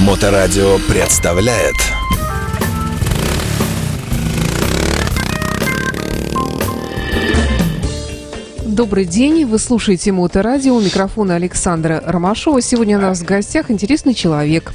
Моторадио представляет Добрый день, вы слушаете Моторадио, у микрофона Александра Ромашова. Сегодня у нас в гостях интересный человек.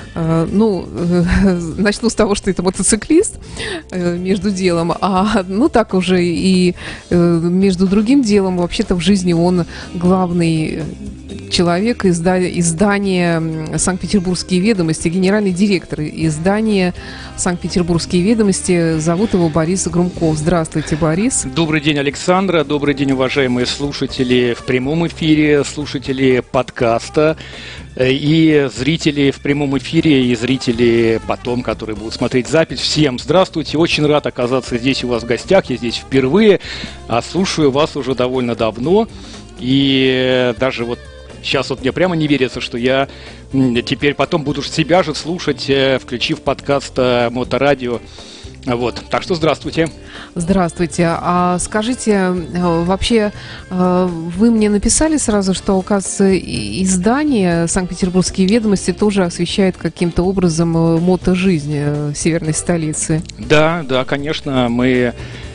Начну с того, что это мотоциклист между делом, так уже и между другим делом, вообще-то в жизни он главный человек издания «Санкт-Петербургские ведомости», генеральный директор издания «Санкт-Петербургские ведомости». Зовут его Борис Грумков. Здравствуйте, Борис. Добрый день, Александра. Добрый день, уважаемые слушатели в прямом эфире, слушатели подкаста и зрители в прямом эфире, и зрители потом, которые будут смотреть запись. Всем здравствуйте. Очень рад оказаться здесь у вас в гостях. Я здесь впервые, слушаю вас уже довольно давно. И даже сейчас мне прямо не верится, что я теперь потом буду себя же слушать, включив подкаст Моторадио. Так что здравствуйте. Здравствуйте. А скажите, вообще, вы мне написали сразу, что, оказывается, издание «Санкт-Петербургские ведомости» тоже освещает каким-то образом мотожизнь северной столицы. Да, конечно, мы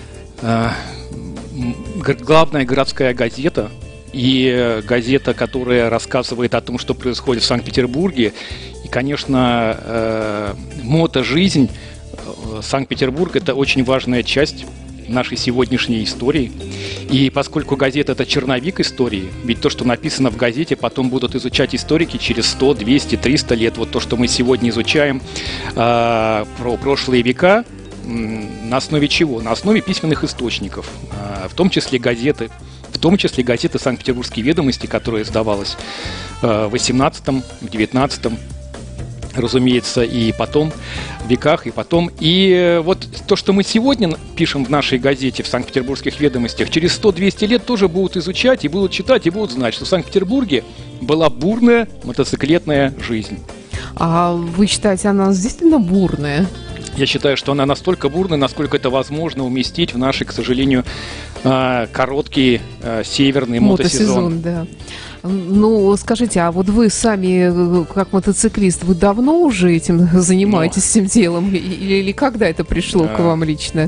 главная городская газета. И газета, которая рассказывает о том, что происходит в Санкт-Петербурге. И, конечно, мотожизнь. Санкт-Петербург – это очень важная часть нашей сегодняшней истории. И поскольку газета – это черновик истории, ведь то, что написано в газете, потом будут изучать историки через 100, 200, 300 лет. То, что мы сегодня изучаем про прошлые века, на основе чего? На основе письменных источников, в том числе газеты. В том числе газеты «Санкт-Петербургские ведомости», которая издавалась в 18-м, в 19-м, разумеется, и потом, в веках, и потом. И то, что мы сегодня пишем в нашей газете, в «Санкт-Петербургских ведомостях», через 100-200 лет тоже будут изучать, и будут читать, и будут знать, что в Санкт-Петербурге была бурная мотоциклетная жизнь. А вы считаете, она действительно бурная? Я считаю, что она настолько бурная, насколько это возможно уместить в наши, к сожалению, короткий северный мотосезон. Да. Скажите, а вы сами, как мотоциклист, вы давно уже этим занимаетесь, этим делом? Или когда это пришло к вам лично?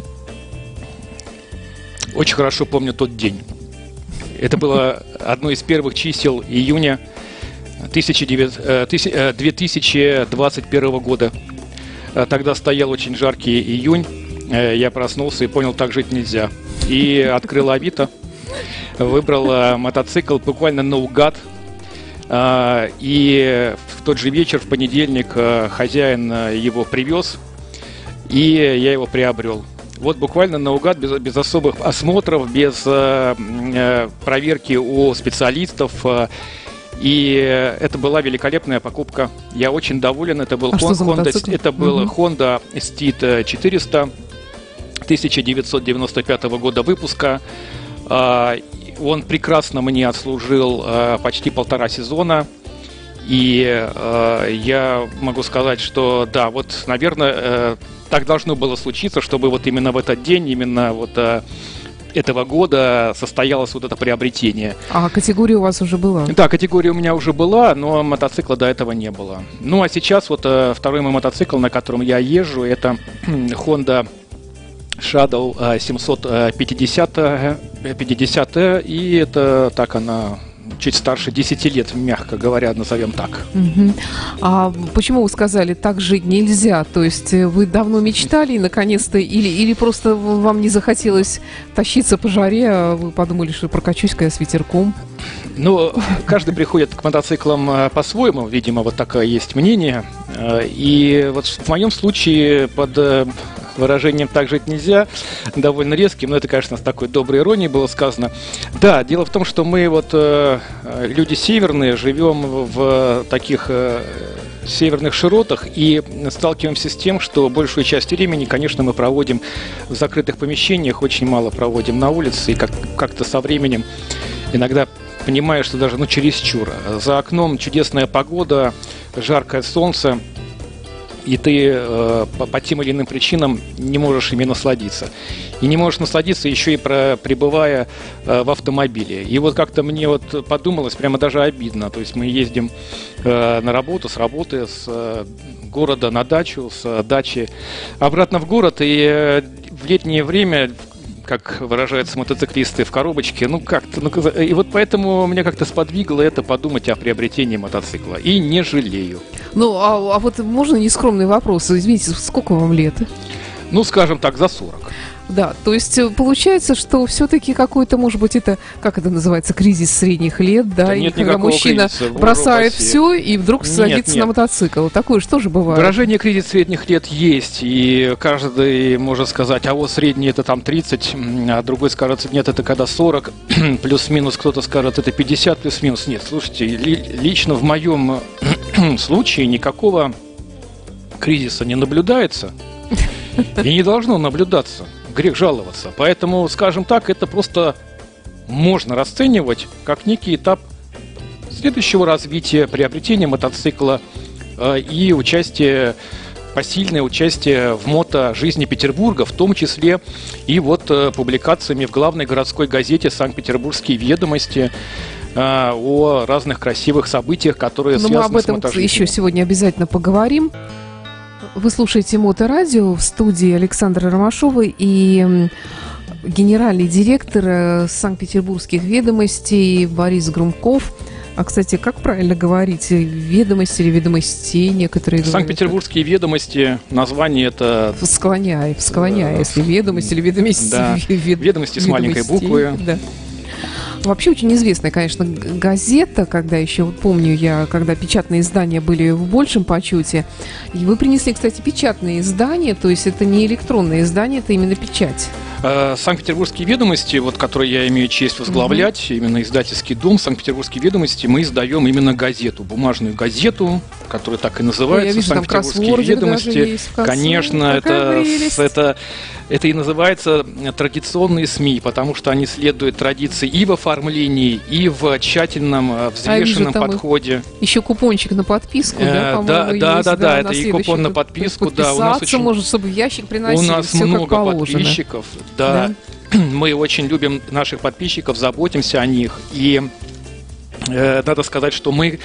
Очень хорошо помню тот день. Это было одно из первых чисел июня 2021 года. Тогда стоял очень жаркий июнь. Я проснулся и понял, так жить нельзя. И открыл Авито, выбрал мотоцикл буквально наугад. И в тот же вечер, в понедельник, хозяин его привез, и я его приобрел. Буквально наугад, без особых осмотров, без проверки у специалистов. И это была великолепная покупка. Я очень доволен. Это был Honda Steed 400 1995 года выпуска. Он прекрасно мне отслужил почти 1,5 сезона. И я могу сказать, что да, наверное, так должно было случиться, чтобы именно в этот день, именно этого года состоялось это приобретение. А категория у вас уже была? Да, категория у меня уже была, но мотоцикла до этого не было. А сейчас второй мой мотоцикл, на котором я езжу, это Honda Shadow 750, и это она чуть старше 10 лет, мягко говоря, назовем так. Угу. А почему вы сказали, так жить нельзя? То есть вы давно мечтали, наконец-то, или просто вам не захотелось тащиться по жаре, а вы подумали, что прокачусь-ка я с ветерком? Каждый приходит к мотоциклам по-своему, видимо, такое есть мнение. И в моем случае под выражением «так жить нельзя», довольно резким, но это, конечно, с такой доброй иронией было сказано. Да, дело в том, что мы люди северные, живем в таких северных широтах и сталкиваемся с тем, что большую часть времени, конечно, мы проводим в закрытых помещениях, очень мало проводим на улице, и как-то со временем иногда понимаешь, что даже чересчур. За окном чудесная погода, жаркое солнце. и ты по тем или иным причинам не можешь ими насладиться. И не можешь насладиться еще и пребывая в автомобиле. И вот как-то мне вот подумалось, прямо даже обидно. То есть мы ездим на работу, с работы, с города на дачу, с дачи обратно в город, и в летнее время, как выражаются мотоциклисты, в коробочке, и вот поэтому меня как-то сподвигло это подумать о приобретении мотоцикла. И не жалею. А вот можно нескромный вопрос? Извините, сколько вам лет? Скажем так, за 40. Да, то есть получается, что все-таки какой-то, может быть, это, как это называется, кризис средних лет, да, и когда мужчина бросает все и вдруг садится на мотоцикл. Такое что же бывает? Выражение «кризис средних лет» есть, и каждый может сказать, а вот средний это там 30, а другой скажет, нет, это когда 40, плюс-минус, кто-то скажет, это 50, плюс-минус. Нет, слушайте, лично в моем случае никакого кризиса не наблюдается и не должно наблюдаться. Грех жаловаться. Поэтому, скажем так, это просто можно расценивать как некий этап следующего развития, приобретения мотоцикла и посильное участие в мотожизни Петербурга, в том числе и вот публикациями в главной городской газете «Санкт-Петербургские ведомости» о разных красивых событиях, которые связаны с мотожизнью. Мы об этом еще сегодня обязательно поговорим. Вы слушаете Моторадио, в студии Александра Ромашова и генеральный директор Санкт-Петербургских ведомостей Борис Грумков. А, кстати, как правильно говорить? Ведомости или ведомостей некоторые говорят? Санкт-Петербургские ведомости, название это... Склоняй, если ведомости или ведомости. Да, ведомости с маленькой буквы. Да. Вообще очень известная, конечно, газета, когда еще, помню я, когда печатные издания были в большем почете. И вы принесли, кстати, печатные издания, то есть это не электронные издания, это именно печать. Санкт-Петербургские ведомости, вот, которые я имею честь возглавлять, именно издательский дом Санкт-Петербургские ведомости, мы издаем именно газету, бумажную газету, которая так и называется, Санкт-Петербургские ведомости. Конечно, это и называется традиционные СМИ, потому что они следуют традиции и в оформлении, и в тщательном, взвешенном подходе. Еще купончик на подписку, да, по-моему, да, это и купон на подписку, да. У нас очень... может, чтобы в ящик приносили, у нас много подписчиков, да. Мы очень любим наших подписчиков, заботимся о них, и надо сказать, что мы...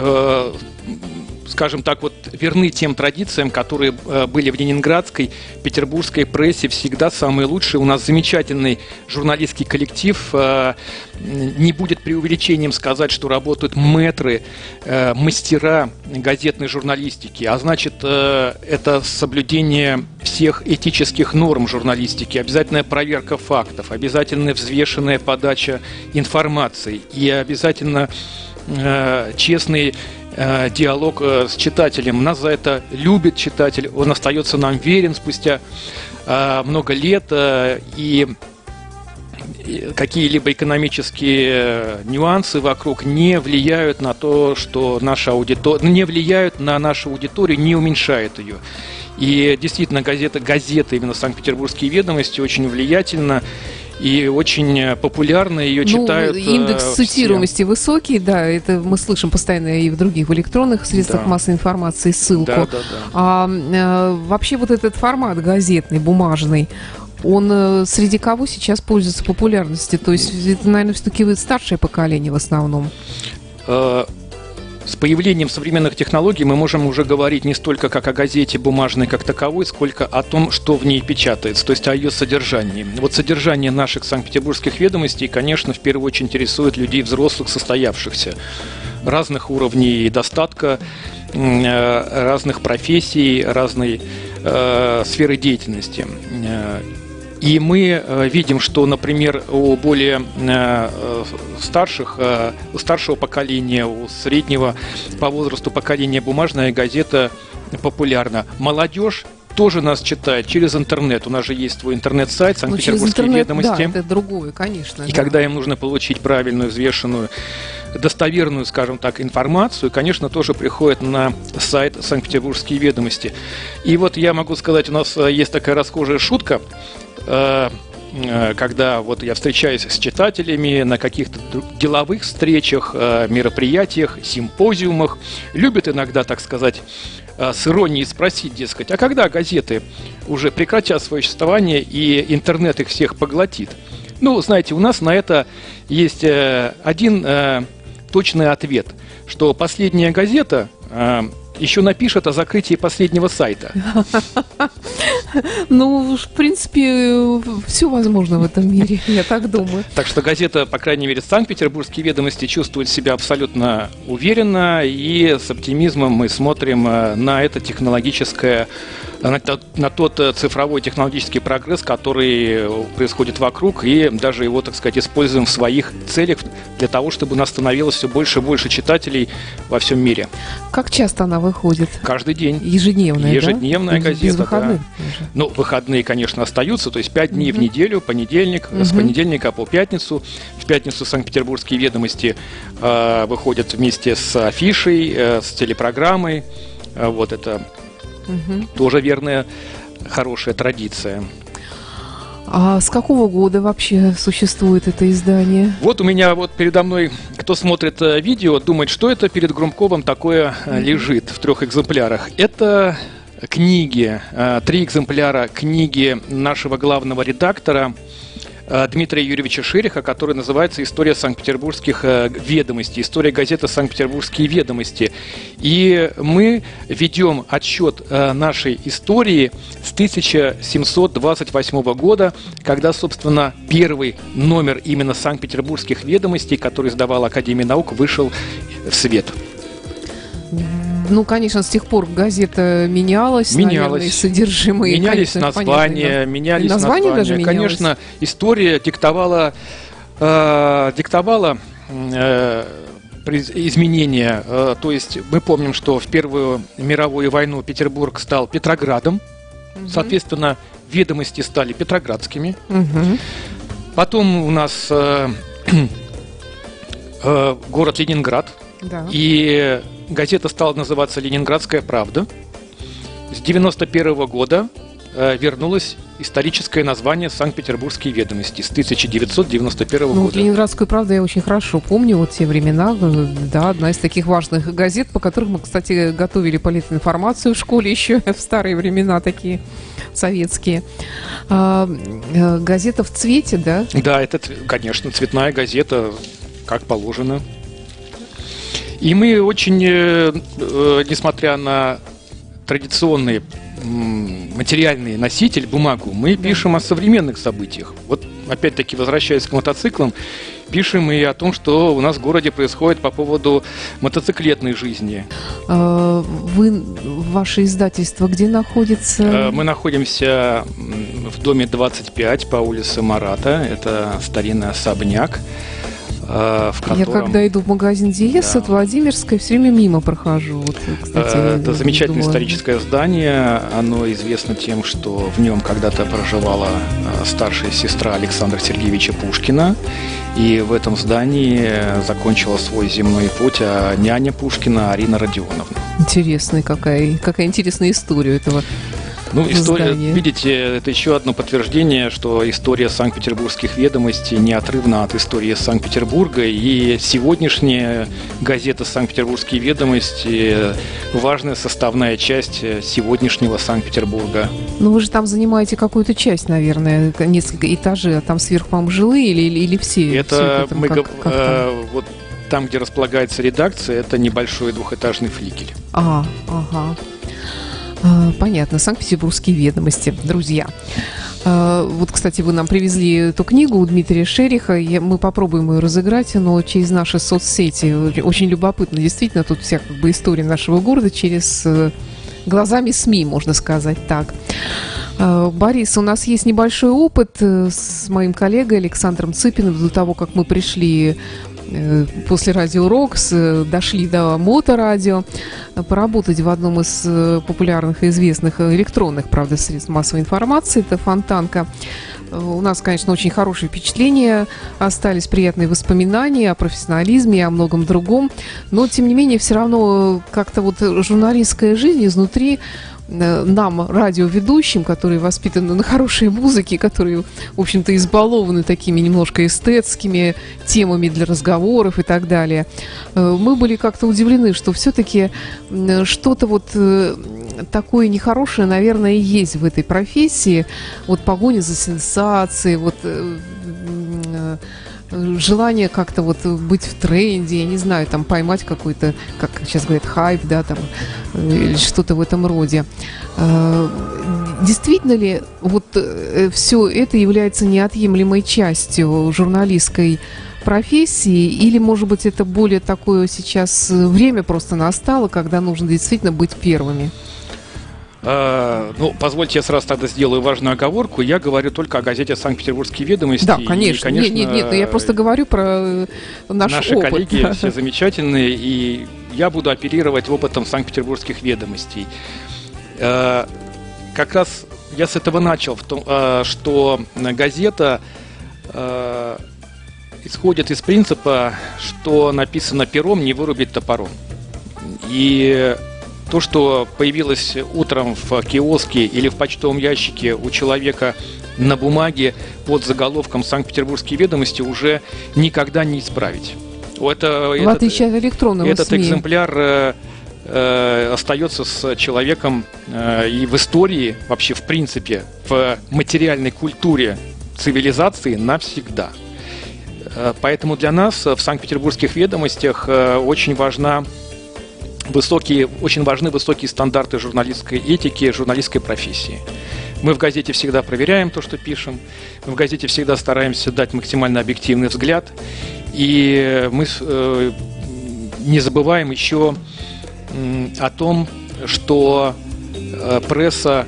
скажем так, вот верны тем традициям, которые были в ленинградской, петербургской прессе всегда самые лучшие. У нас замечательный журналистский коллектив. Не будет преувеличением сказать, что работают мэтры, мастера газетной журналистики. А значит, это соблюдение всех этических норм журналистики, обязательная проверка фактов, обязательная взвешенная подача информации и обязательно честный диалог с читателем. Нас за это любит читатель, он остается нам верен спустя много лет, и какие-либо экономические нюансы вокруг не влияют на то, что наша аудитория, не влияют на нашу аудиторию, не уменьшают ее. И действительно, газета именно «Санкт-Петербургские ведомости» очень влиятельна и очень популярна, ее читают индекс цитируемости высокий, да, это мы слышим постоянно и в других, в электронных средствах массовой информации ссылку. Да. Вообще вот этот формат газетный, бумажный, он среди кого сейчас пользуется популярностью? То есть это, наверное, все-таки старшее поколение в основном? С появлением современных технологий мы можем уже говорить не столько как о газете бумажной как таковой, сколько о том, что в ней печатается, то есть о ее содержании. Вот содержание наших санкт-петербургских ведомостей, конечно, в первую очередь интересует людей взрослых, состоявшихся, разных уровней достатка, разных профессий, разной сферы деятельности. И мы видим, что, например, у более старшего поколения, у среднего по возрасту поколения бумажная газета популярна. Молодежь тоже нас читает через интернет. У нас же есть свой интернет-сайт «Санкт-Петербургские ведомости». Да, это другое, конечно. И когда им нужно получить правильную, взвешенную, достоверную, скажем так, информацию, конечно, тоже приходят на сайт «Санкт-Петербургские ведомости». И вот я могу сказать, у нас есть такая расхожая шутка. когда вот я встречаюсь с читателями на каких-то деловых встречах, мероприятиях, симпозиумах, любят иногда, так сказать, с иронией спросить, дескать, а когда газеты уже прекратят свое существование и интернет их всех поглотит? Ну, знаете, у нас на это есть один точный ответ, что последняя газета еще напишет о закрытии последнего сайта. Ну, в принципе, все возможно в этом мире, я так думаю. Так что газета, по крайней мере, «Санкт-Петербургские ведомости» чувствует себя абсолютно уверенно, и с оптимизмом мы смотрим на это технологическое, на тот цифровой технологический прогресс, который происходит вокруг, и даже его, так сказать, используем в своих целях для того, чтобы у нас становилось все больше и больше читателей во всем мире. Как часто она выходит? Каждый день. Ежедневная, Ежедневная да? газета, без выходных? Да. Ну, выходные, конечно, остаются, то есть 5 дней в неделю, понедельник, с понедельника по пятницу. В пятницу «Санкт-Петербургские ведомости» выходят вместе с афишей, с телепрограммой. Вот это тоже верная, хорошая традиция. А с какого года вообще существует это издание? Вот у меня вот передо мной, кто смотрит видео, думает, что это перед Громковым такое лежит в 3 экземплярах. Это книги, 3 экземпляра книги нашего главного редактора Дмитрия Юрьевича Шериха, который называется «История Санкт-Петербургских ведомостей», история газеты «Санкт-Петербургские ведомости». И мы ведем отсчет нашей истории с 1728 года, когда, собственно, первый номер именно «Санкт-Петербургских ведомостей», который издавала Академия наук, вышел в свет. Ну, конечно, с тех пор газета менялась, наверное, и содержимое. Менялись конечно, названия, понятно, да? менялись названия. Даже менялось. Конечно, история диктовала изменения. То есть мы помним, что в Первую мировую войну Петербург стал Петроградом. Соответственно, ведомости стали петроградскими. Потом у нас город Ленинград. Да. И газета стала называться «Ленинградская правда». С 1991 года вернулось историческое название «Санкт-Петербургские ведомости» с 1991 года. Вот «Ленинградскую правду» я очень хорошо помню, вот те времена, да, одна из таких важных газет, по которым мы, кстати, готовили политинформацию в школе еще в старые времена, такие советские. Газета в цвете, да? Да, это, конечно, цветная газета, как положено. И мы очень, несмотря на традиционный материальный носитель, бумагу, мы пишем о современных событиях. Вот, опять-таки, возвращаясь к мотоциклам, пишем и о том, что у нас в городе происходит по поводу мотоциклетной жизни. Ваше издательство где находится? Мы находимся в доме 25 по улице Марата. Это старинный особняк. Я когда иду в магазин Диез от Владимирской, все время мимо прохожу. Вот, кстати, это замечательное историческое здание. Оно известно тем, что в нем когда-то проживала старшая сестра Александра Сергеевича Пушкина. И в этом здании закончила свой земной путь няня Пушкина Арина Родионовна. Интересная какая интересная история этого. Ну, история, видите, это еще одно подтверждение, что история Санкт-Петербургских ведомостей неотрывна от истории Санкт-Петербурга, и сегодняшняя газета «Санкт-Петербургские ведомости» – важная составная часть сегодняшнего Санкт-Петербурга. Ну, вы же там занимаете какую-то часть, наверное, несколько этажей, а там сверху, по-моему, жилые или все? Это мы вот там, где располагается редакция, это небольшой двухэтажный флигель. Ага. Понятно. Санкт-Петербургские ведомости, друзья. Вот, кстати, вы нам привезли эту книгу у Дмитрия Шериха. Мы попробуем ее разыграть, но через наши соцсети. Очень любопытно. Действительно, тут вся как бы история нашего города через глазами СМИ, можно сказать так. Борис, у нас есть небольшой опыт с моим коллегой Александром Цыпиным до того, как мы пришли после Радио Рокс, дошли до Моторадио, поработать в одном из популярных и известных электронных, правда, средств массовой информации, это Фонтанка. У нас, конечно, очень хорошие впечатления, остались приятные воспоминания о профессионализме и о многом другом, но, тем не менее, все равно как-то вот журналистская жизнь изнутри нам, радиоведущим, которые воспитаны на хорошей музыке, которые, в общем-то, избалованы такими немножко эстетскими темами для разговоров и так далее, мы были как-то удивлены, что все-таки что-то вот такое нехорошее, наверное, есть в этой профессии. Вот погоня за сенсацией, вот желание как-то вот быть в тренде, я не знаю, там поймать какой-то, как сейчас говорят, хайп, да, там, или что-то в этом роде. Действительно ли вот все это является неотъемлемой частью журналистской профессии, или, может быть, это более такое сейчас время просто настало, когда нужно действительно быть первыми? Ну, позвольте, я сразу тогда сделаю важную оговорку. Я говорю только о газете «Санкт-Петербургские ведомости». Да, конечно. И, конечно, нет, я просто говорю про наши опыт. коллеги все замечательные, и я буду оперировать опытом «Санкт-Петербургских ведомостей». Как раз я с этого начал, что газета исходит из принципа, что написано пером, не вырубить топором. И то, что появилось утром в киоске или в почтовом ящике у человека на бумаге под заголовком «Санкт-Петербургские ведомости», уже никогда не исправить. В отличие от электронного СМИ. Этот экземпляр остается с человеком и в истории, вообще в принципе, в материальной культуре цивилизации навсегда. Поэтому для нас в «Санкт-Петербургских ведомостях» очень важны высокие стандарты журналистской этики, журналистской профессии. Мы в газете всегда проверяем то, что пишем. Мы в газете всегда стараемся дать максимально объективный взгляд. И мы не забываем еще о том, что пресса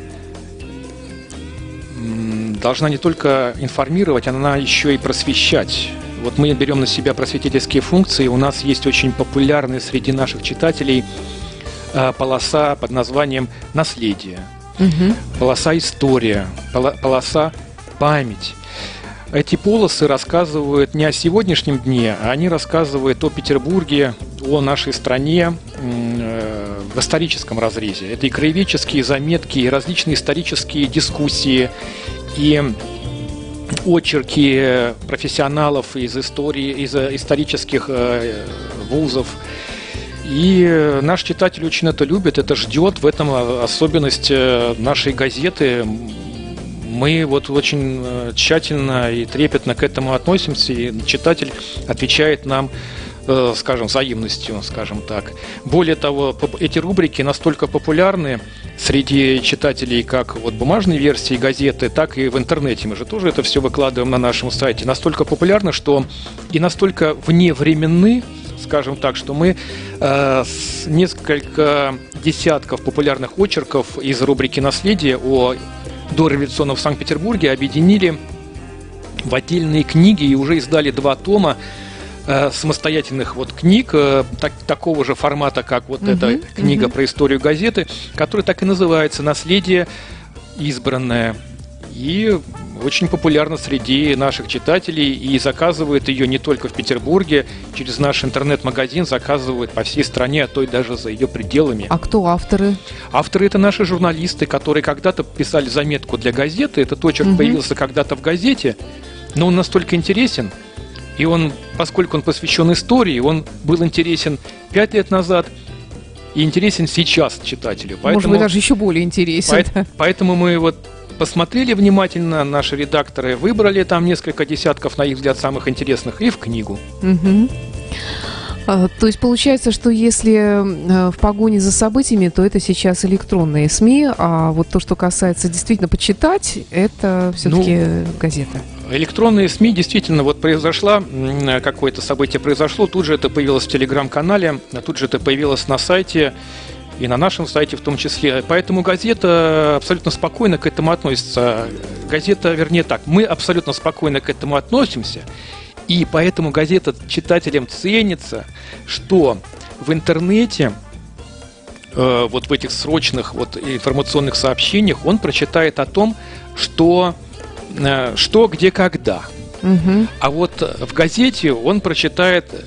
должна не только информировать, она еще и просвещать. Вот мы берем на себя просветительские функции. У нас есть очень популярная среди наших читателей полоса под названием «Наследие», полоса «История», полоса «Память». Эти полосы рассказывают не о сегодняшнем дне, а они рассказывают о Петербурге, о нашей стране в историческом разрезе. Это и краеведческие заметки, и различные исторические дискуссии, и очерки профессионалов из истории, из исторических вузов. И наш читатель очень это любит, это ждет, в этом особенность нашей газеты. Мы вот очень тщательно и трепетно к этому относимся, и читатель отвечает нам, скажем, взаимностью, скажем так. Более того, эти рубрики настолько популярны среди читателей, как вот бумажной версии газеты, так и в интернете. Мы же тоже это все выкладываем на нашем сайте. Настолько популярны, что и настолько вневременны, скажем так, что мы с несколько десятков популярных очерков из рубрики «Наследие» о дореволюционном Санкт-Петербурге объединили в отдельные книги и уже издали 2 тома самостоятельных вот книг такого же формата, как вот эта книга про историю газеты, которая так и называется «Наследие избранное». И очень популярна среди наших читателей, и заказывают ее не только в Петербурге, через наш интернет-магазин заказывают по всей стране, а то и даже за ее пределами. А кто авторы? Авторы — это наши журналисты, которые когда-то писали заметку для газеты. Этот очерк появился когда-то в газете, но он настолько интересен, и он, поскольку он посвящен истории, он был интересен 5 лет назад и интересен сейчас читателю. Поэтому, может быть, даже еще более интересен. Поэтому мы вот посмотрели внимательно, наши редакторы выбрали там несколько десятков, на их взгляд, самых интересных, и в книгу. То есть получается, что если в погоне за событиями, то это сейчас электронные СМИ, а вот то, что касается действительно почитать, это все-таки газета. Электронные СМИ действительно, вот произошло, какое-то событие произошло, тут же это появилось в телеграм-канале, тут же это появилось на сайте, и на нашем сайте в том числе. Поэтому газета абсолютно спокойно к этому относится. Газета, вернее так, мы абсолютно спокойно к этому относимся. И поэтому газета читателям ценится, что в интернете, вот в этих срочных вот информационных сообщениях, он прочитает о том, что где, когда. А вот в газете он прочитает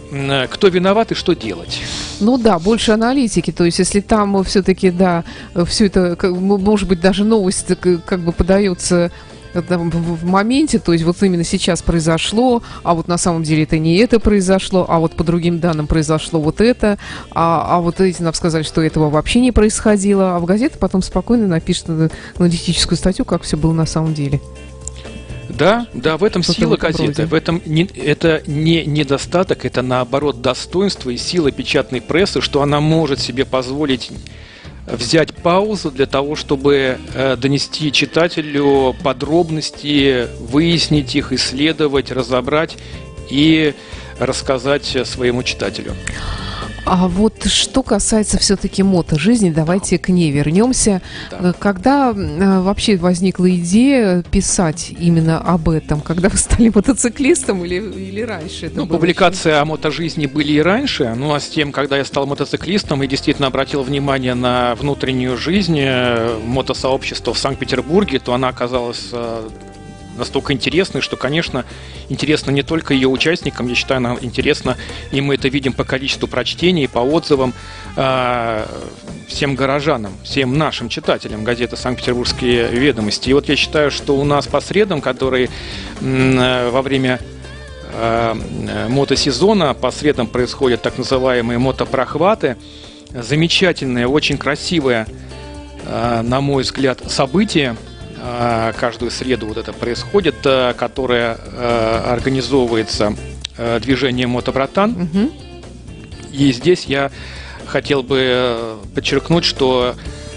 кто виноват и что делать. Ну да, больше аналитики. То есть, если там все-таки, да, все это, может быть, даже новость как бы подается в моменте, то есть вот именно сейчас произошло, а вот на самом деле это не это произошло, а вот по другим данным произошло вот это, а вот эти нам сказали, что этого вообще не происходило, а в газете потом спокойно напишет аналитическую статью, как все было на самом деле. Да, в этом сила газеты, это не недостаток, это наоборот достоинство и сила печатной прессы, что она может себе позволить взять паузу для того, чтобы донести читателю подробности, выяснить их, исследовать, разобрать и рассказать своему читателю. А вот что касается все-таки мотожизни, давайте к ней вернемся. Да. Когда вообще возникла идея писать именно об этом? Когда вы стали мотоциклистом или раньше? Это публикации о мотожизни были и раньше, ну а с тем, когда я стал мотоциклистом и действительно обратил внимание на внутреннюю жизнь мотосообщества в Санкт-Петербурге, то она оказалась настолько интересной, что, конечно, интересно не только ее участникам, я считаю, она интересна, и мы это видим по количеству прочтений, по отзывам всем горожанам, всем нашим читателям газеты «Санкт-Петербургские ведомости». И вот я считаю, что у нас по средам, которые во время мотосезона, по средам происходят так называемые мотопрохваты, замечательное, очень красивое, на мой взгляд, событие. Каждую среду вот это происходит, которое организовывается движением «Мотобратан». Угу. И здесь я хотел бы подчеркнуть, что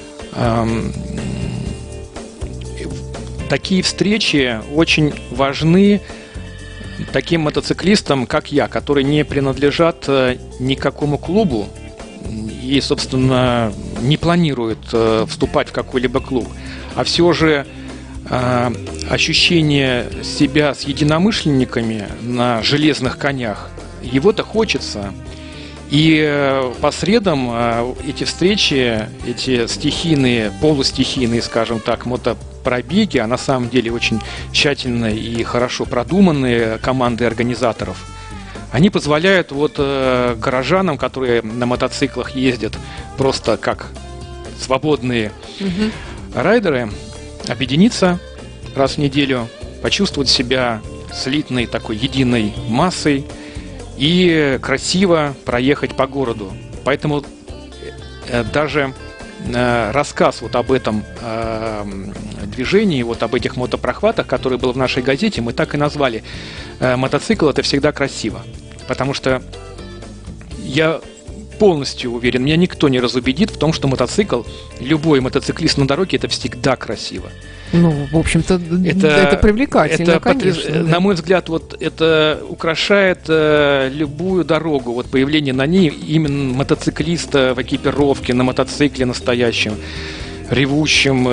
такие встречи очень важны таким мотоциклистам, как я, которые не принадлежат никакому клубу и, собственно, не планируют вступать в какой-либо клуб. А все же ощущение себя с единомышленниками на железных конях, его-то хочется. И по средам эти встречи, эти стихийные, полустихийные, скажем так, мотопробеги, а на самом деле очень тщательно и хорошо продуманные команды организаторов, они позволяют вот горожанам, которые на мотоциклах ездят просто как свободные райдеры, объединиться раз в неделю, почувствовать себя слитной такой единой массой и красиво проехать по городу. Поэтому даже рассказ вот об этом движении, вот об этих мотопрохватах, который был в нашей газете, мы так и назвали. Мотоцикл — это всегда красиво. Потому что я полностью уверен, меня никто не разубедит в том, что мотоцикл, любой мотоциклист на дороге, это всегда красиво. Ну, в общем-то, это привлекательно, конечно. На мой взгляд, вот это украшает любую дорогу, вот появление на ней именно мотоциклиста в экипировке, на мотоцикле настоящем, ревущем,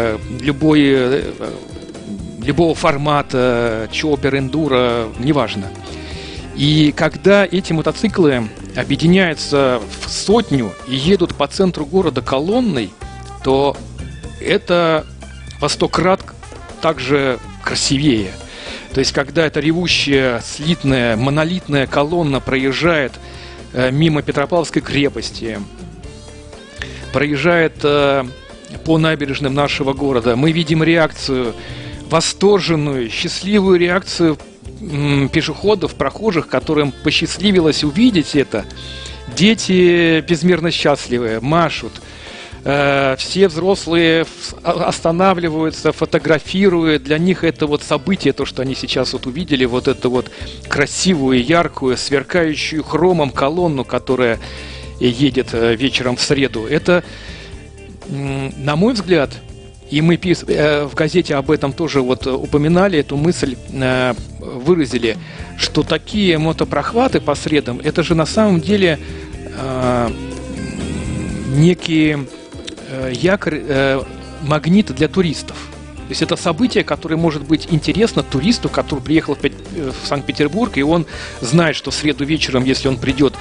любого формата, чоппер, эндуро, неважно. И когда эти мотоциклы объединяются в сотню и едут по центру города колонной, то это во 100 крат также красивее. То есть, когда эта ревущая, слитная, монолитная колонна проезжает мимо Петропавловской крепости, проезжает по набережным нашего города, мы видим реакцию, восторженную, счастливую реакцию пешеходов, прохожих, которым посчастливилось увидеть это. Дети безмерно счастливые, машут. Все взрослые останавливаются, фотографируют. Для них это вот событие, то, что они сейчас вот увидели, вот эту вот красивую, яркую, сверкающую хромом колонну, которая едет вечером в среду. Это, на мой взгляд, и мы в газете об этом тоже вот упоминали, эту мысль выразили, что такие мотопрохваты по средам, это же на самом деле некий якорь, магнит для туристов. То есть это событие, которое может быть интересно туристу, который приехал в Санкт-Петербург, и он знает, что в среду вечером, если он придет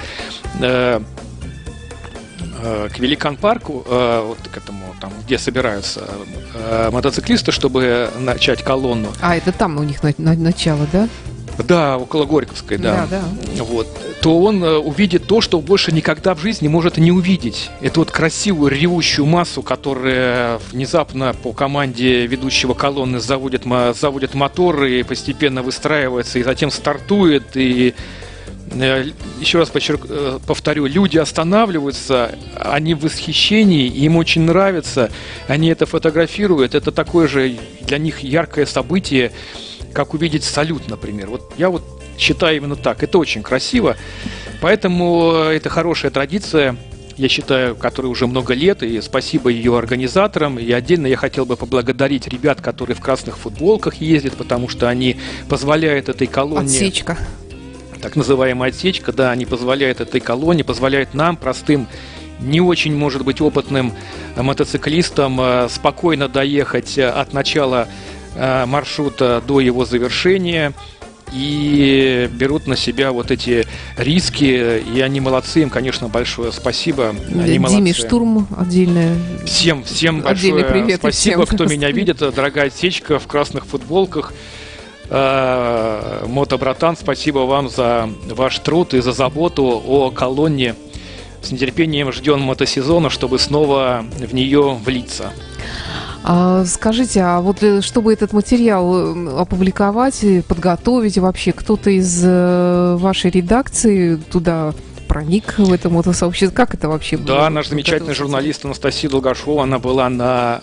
к Великан-парку, вот к этому, там, где собираются мотоциклисты, чтобы начать колонну. А, это там у них начало, да? Да, около Горьковской, да. Да. Вот. То он увидит то, что больше никогда в жизни может не увидеть. Это вот красивую ревущую массу, которая внезапно по команде ведущего колонны заводит мотор и постепенно выстраивается, и затем стартует, и еще раз повторю, люди останавливаются, они в восхищении, им очень нравится, они это фотографируют, это такое же для них яркое событие, как увидеть салют, например. Вот я вот считаю именно так, это очень красиво, поэтому это хорошая традиция, я считаю, которой уже много лет, и спасибо ее организаторам, и отдельно я хотел бы поблагодарить ребят, которые в красных футболках ездят, потому что они позволяют этой колонне... Отсечка. Так называемая отсечка, да, они позволяют этой колонне, позволяют нам, простым, не очень, может быть, опытным мотоциклистам, спокойно доехать от начала маршрута до его завершения, и берут на себя вот эти риски, и они молодцы, им, конечно, большое спасибо. Они Диме Штурм отдельное. Всем большое привет спасибо, всем. кто меня видит, дорогая отсечка в красных футболках. Мотобратан, спасибо вам за ваш труд и за заботу о колонне. С нетерпением ждем мотосезона, чтобы снова в нее влиться. Скажите, а вот чтобы этот материал опубликовать, подготовить вообще, кто-то из вашей редакции туда проник в это мотосообщество? Как это вообще было? Да, наш замечательный журналист Анастасия Долгашова, она была на...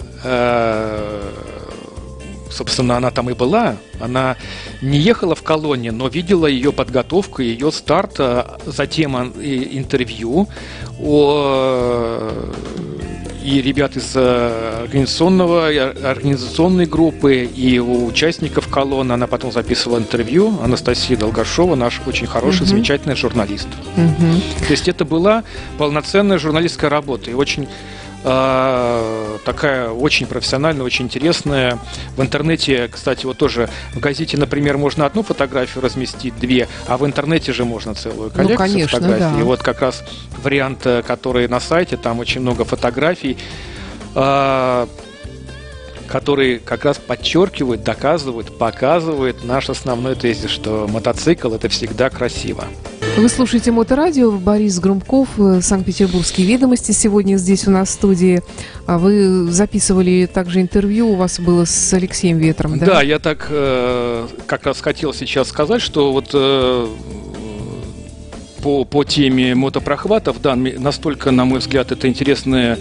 Собственно, она там и была. Она не ехала в колонне, но видела ее подготовку, ее старт, затем интервью и ребят из организационной группы, и у участников колонны. Она потом записывала интервью. Анастасия Долгашова, наш очень хороший, замечательный журналист. То есть это была полноценная журналистская работа. И очень такая очень профессиональная, очень интересная. В интернете, кстати, вот тоже в газете, например, можно одну фотографию разместить, две, а в интернете же можно целую коллекцию конечно, фотографий. Да. И вот как раз вариант, который на сайте, там очень много фотографий, которые как раз подчеркивают, доказывают, показывают наш основной тезис, что мотоцикл — это всегда красиво. Вы слушаете Моторадио, Борис Громков, Санкт-Петербургские ведомости. Сегодня здесь у нас в студии. А вы записывали также интервью, у вас было с Алексеем Ветром, да? Да, я так как раз хотел сейчас сказать, что вот по теме мотопрохватов, да, настолько, на мой взгляд, это интересное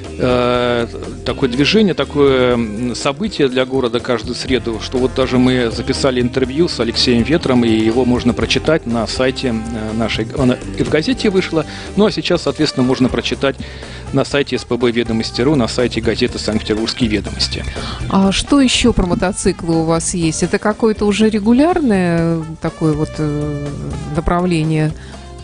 такое движение, такое событие для города каждую среду, что вот даже мы записали интервью с Алексеем Ветром, и его можно прочитать на сайте нашей, оно и в газете вышло, ну а сейчас, соответственно, можно прочитать на сайте СПБ Ведомости.ру, на сайте газеты «Санкт-Петербургские ведомости». А что еще про мотоциклы у вас есть? Это какое-то уже регулярное такое вот направление?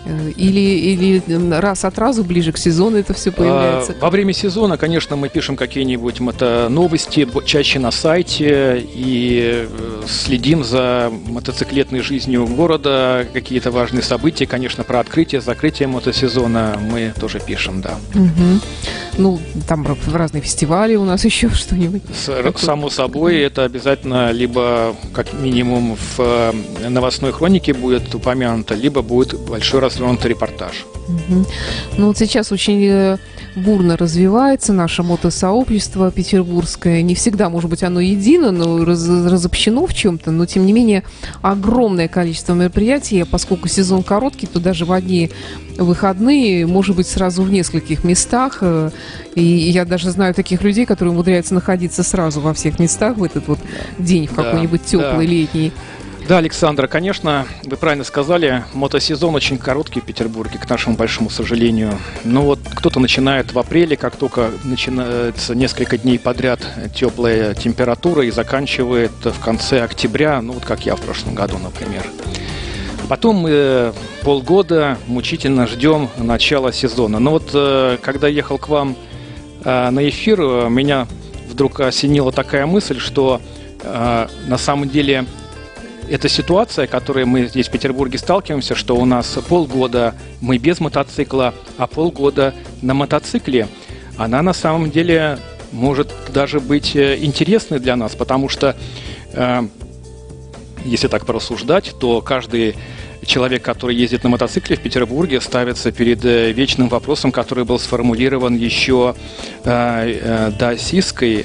Или раз от разу, ближе к сезону это все появляется? Во время сезона, конечно, мы пишем какие-нибудь мотоновости, чаще на сайте, и следим за мотоциклетной жизнью города, какие-то важные события, конечно, про открытие, закрытие мотосезона мы тоже пишем, да. Угу. Ну, там разные фестивали у нас еще что-нибудь. Само собой, это обязательно либо, как минимум, в новостной хронике будет упомянуто, либо будет большой развернутый репортаж. Угу. Ну, вот сейчас очень бурно развивается наше мотосообщество петербургское. Не всегда, может быть, оно едино, но разобщено в чем-то, но, тем не менее, огромное количество мероприятий, поскольку сезон короткий, то даже в одни выходные, может быть, сразу в нескольких местах. И я даже знаю таких людей, которые умудряются находиться сразу во всех местах в этот вот день, в какой-нибудь теплый летний. Да, Александра, конечно, вы правильно сказали, мотосезон очень короткий в Петербурге, к нашему большому сожалению. Но вот кто-то начинает в апреле, как только начинается несколько дней подряд теплая температура, и заканчивает в конце октября, ну вот как я в прошлом году, например. Потом мы полгода мучительно ждем начала сезона. Но вот когда ехал к вам на эфир, меня вдруг осенила такая мысль, что на самом деле эта ситуация, которой мы здесь в Петербурге сталкиваемся, что у нас полгода мы без мотоцикла, а полгода на мотоцикле, она на самом деле может даже быть интересной для нас, потому что если так порассуждать, то каждый человек, который ездит на мотоцикле в Петербурге, ставится перед вечным вопросом, который был сформулирован еще даосской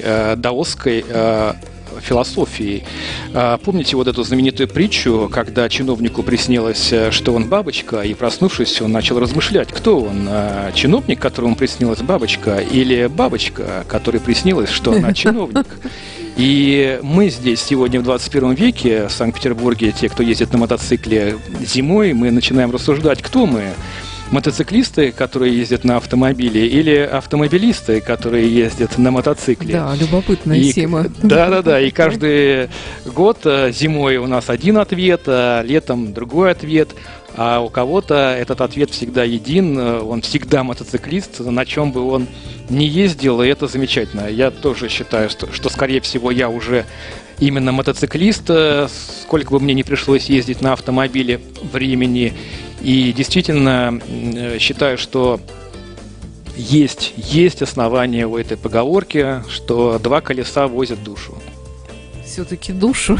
философией. Помните вот эту знаменитую притчу, когда чиновнику приснилось, что он бабочка, и проснувшись, он начал размышлять, кто он, чиновник, которому приснилась бабочка, или бабочка, которой приснилось, что она чиновник. И мы здесь сегодня в 21 веке в Санкт-Петербурге, те, кто ездит на мотоцикле зимой, мы начинаем рассуждать, кто мы. Мотоциклисты, которые ездят на автомобиле, или автомобилисты, которые ездят на мотоцикле. Да, любопытная тема. Да. И каждый год зимой у нас один ответ, а летом другой ответ. А у кого-то этот ответ всегда един, он всегда мотоциклист, на чем бы он ни ездил, и это замечательно. Я тоже считаю, что скорее всего, я уже именно мотоциклист, сколько бы мне ни пришлось ездить на автомобиле времени. И действительно считаю, что есть основания у этой поговорки, что два колеса возят душу. Все-таки душу.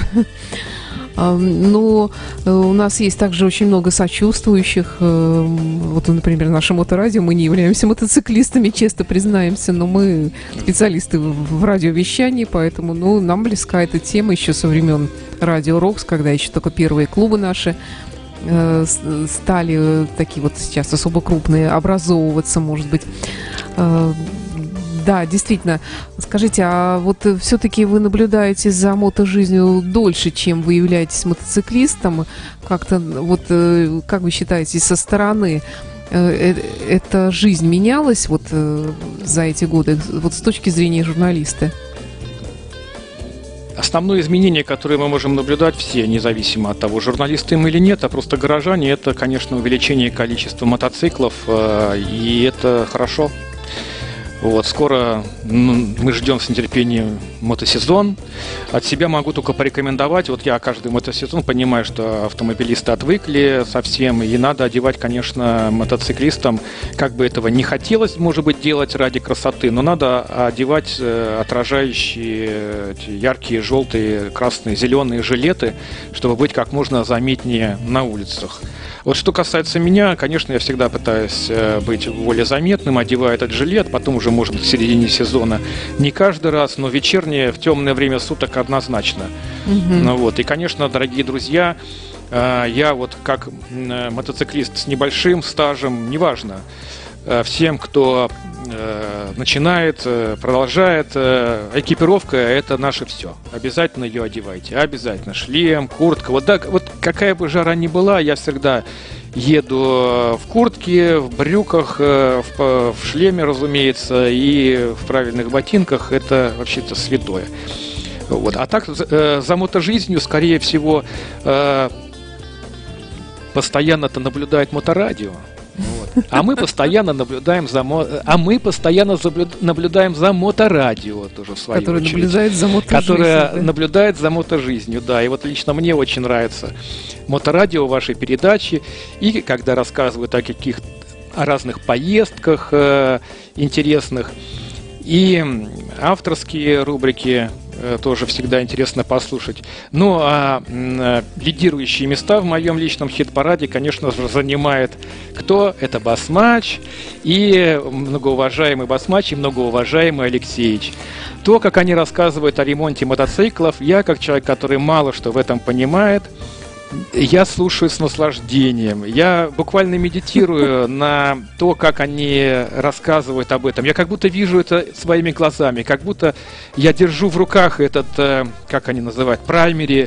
Но у нас есть также очень много сочувствующих. Вот, например, наше моторадио, мы не являемся мотоциклистами, честно признаемся, но мы специалисты в радиовещании, поэтому нам близка эта тема еще со времен Радио Рокс, когда еще только первые клубы наши стали такие вот сейчас особо крупные образовываться, может быть. Да, действительно. Скажите, а вот все-таки вы наблюдаете за мотожизнью дольше, чем вы являетесь мотоциклистом? Как-то вот, как вы считаете, со стороны эта жизнь менялась вот за эти годы, вот с точки зрения журналиста? Основное изменение, которое мы можем наблюдать все, независимо от того, журналисты мы или нет, а просто горожане, это, конечно, увеличение количества мотоциклов, и это хорошо. Вот, скоро мы ждем с нетерпением мотосезон. От себя могу только порекомендовать. Вот я каждый мотосезон понимаю, что автомобилисты отвыкли совсем, и надо одевать, конечно, мотоциклистам, как бы этого не хотелось, может быть, делать ради красоты, но надо одевать отражающие яркие желтые, красные, зеленые жилеты, чтобы быть как можно заметнее на улицах. Вот что касается меня, конечно, я всегда пытаюсь быть более заметным, одеваю этот жилет, потом уже, может быть, в середине сезона. Не каждый раз, но вечернее, в темное время суток однозначно. Вот. И, конечно, дорогие друзья, я вот как мотоциклист с небольшим стажем, неважно, всем, кто начинает, продолжает, экипировка – это наше все. Обязательно ее одевайте, обязательно. Шлем, куртка. Вот какая бы жара ни была, я всегда еду в куртке, в брюках, в шлеме, разумеется, и в правильных ботинках. Это вообще-то святое. Вот. А так за мотожизнью, скорее всего, постоянно-то наблюдает моторадио. Вот. А мы постоянно наблюдаем за моторадио тоже в свою очередь. Наблюдает за мотожизнью. Которое наблюдает за мотожизнью, да. И вот лично мне очень нравится моторадио, ваши передачи. И когда рассказывают о разных поездках интересных. И авторские рубрики тоже всегда интересно послушать. Ну, а лидирующие места в моем личном хит-параде, конечно же, занимает кто? Это Басмач и многоуважаемый Басмач и многоуважаемый Алексеевич. То, как они рассказывают о ремонте мотоциклов, я, как человек, который мало что в этом понимает, я слушаю с наслаждением. Я буквально медитирую на то, как они рассказывают об этом. Я как будто вижу это своими глазами, как будто я держу в руках этот, как они называют, праймери,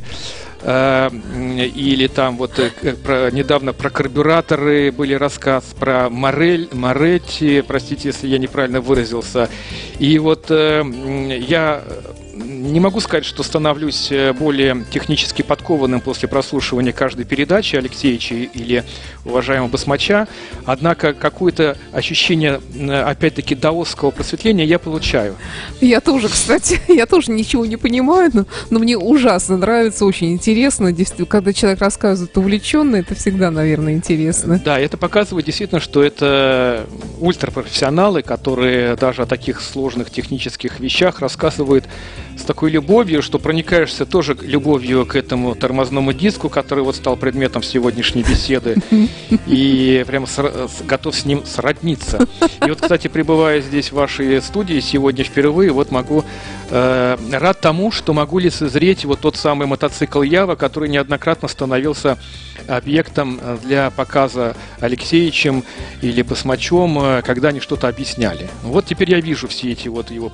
или там вот недавно про карбюраторы были рассказ, про Моретти, простите, если я неправильно выразился. И вот я не могу сказать, что становлюсь более технически подкованным после прослушивания каждой передачи Алексеевича или уважаемого Басмача, однако какое-то ощущение, опять-таки, даосского просветления я получаю. Я тоже, кстати, я тоже ничего не понимаю, но мне ужасно нравится, очень интересно. Когда человек рассказывает увлеченно, это всегда, наверное, интересно. Да, это показывает действительно, что это ультрапрофессионалы, которые даже о таких сложных технических вещах рассказывают с такой любовью, что проникаешься тоже любовью к этому тормозному диску, который вот стал предметом сегодняшней беседы, и прям готов с ним сродниться. И вот, кстати, пребывая здесь в вашей студии сегодня впервые, вот могу рад тому, что могу лицезреть вот тот самый мотоцикл Ява, который неоднократно становился объектом для показа Алексеевичем или Басмачом, когда они что-то объясняли. Вот теперь я вижу все эти вот его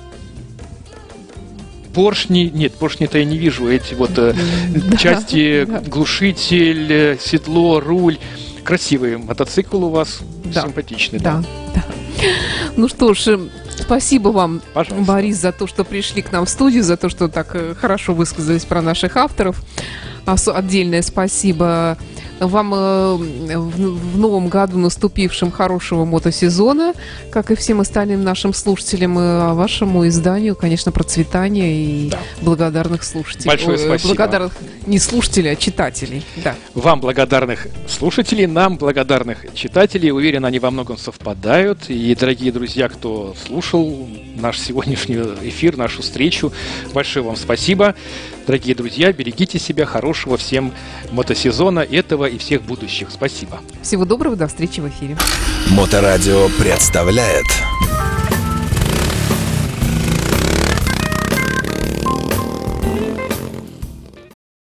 поршни. Нет, поршни-то я не вижу. Эти вот части, глушитель, седло, руль. Красивый мотоцикл у вас, симпатичный. Да. Ну что ж, спасибо вам, пожалуйста, Борис, за то, что пришли к нам в студию, за то, что так хорошо высказались про наших авторов. Отдельное спасибо вам в новом году наступившем хорошего мотосезона, как и всем остальным нашим слушателям, а вашему изданию, конечно, процветания и благодарных слушателей. Большое спасибо. Благодарных не слушателей, а читателей. Да. Вам благодарных слушателей, нам благодарных читателей. Уверен, они во многом совпадают. И, дорогие друзья, кто слушал наш сегодняшний эфир, нашу встречу, большое вам спасибо. Дорогие друзья, берегите себя, хорошего всем мотосезона, этого и всех будущих. Спасибо. Всего доброго, до встречи в эфире. Моторадио представляет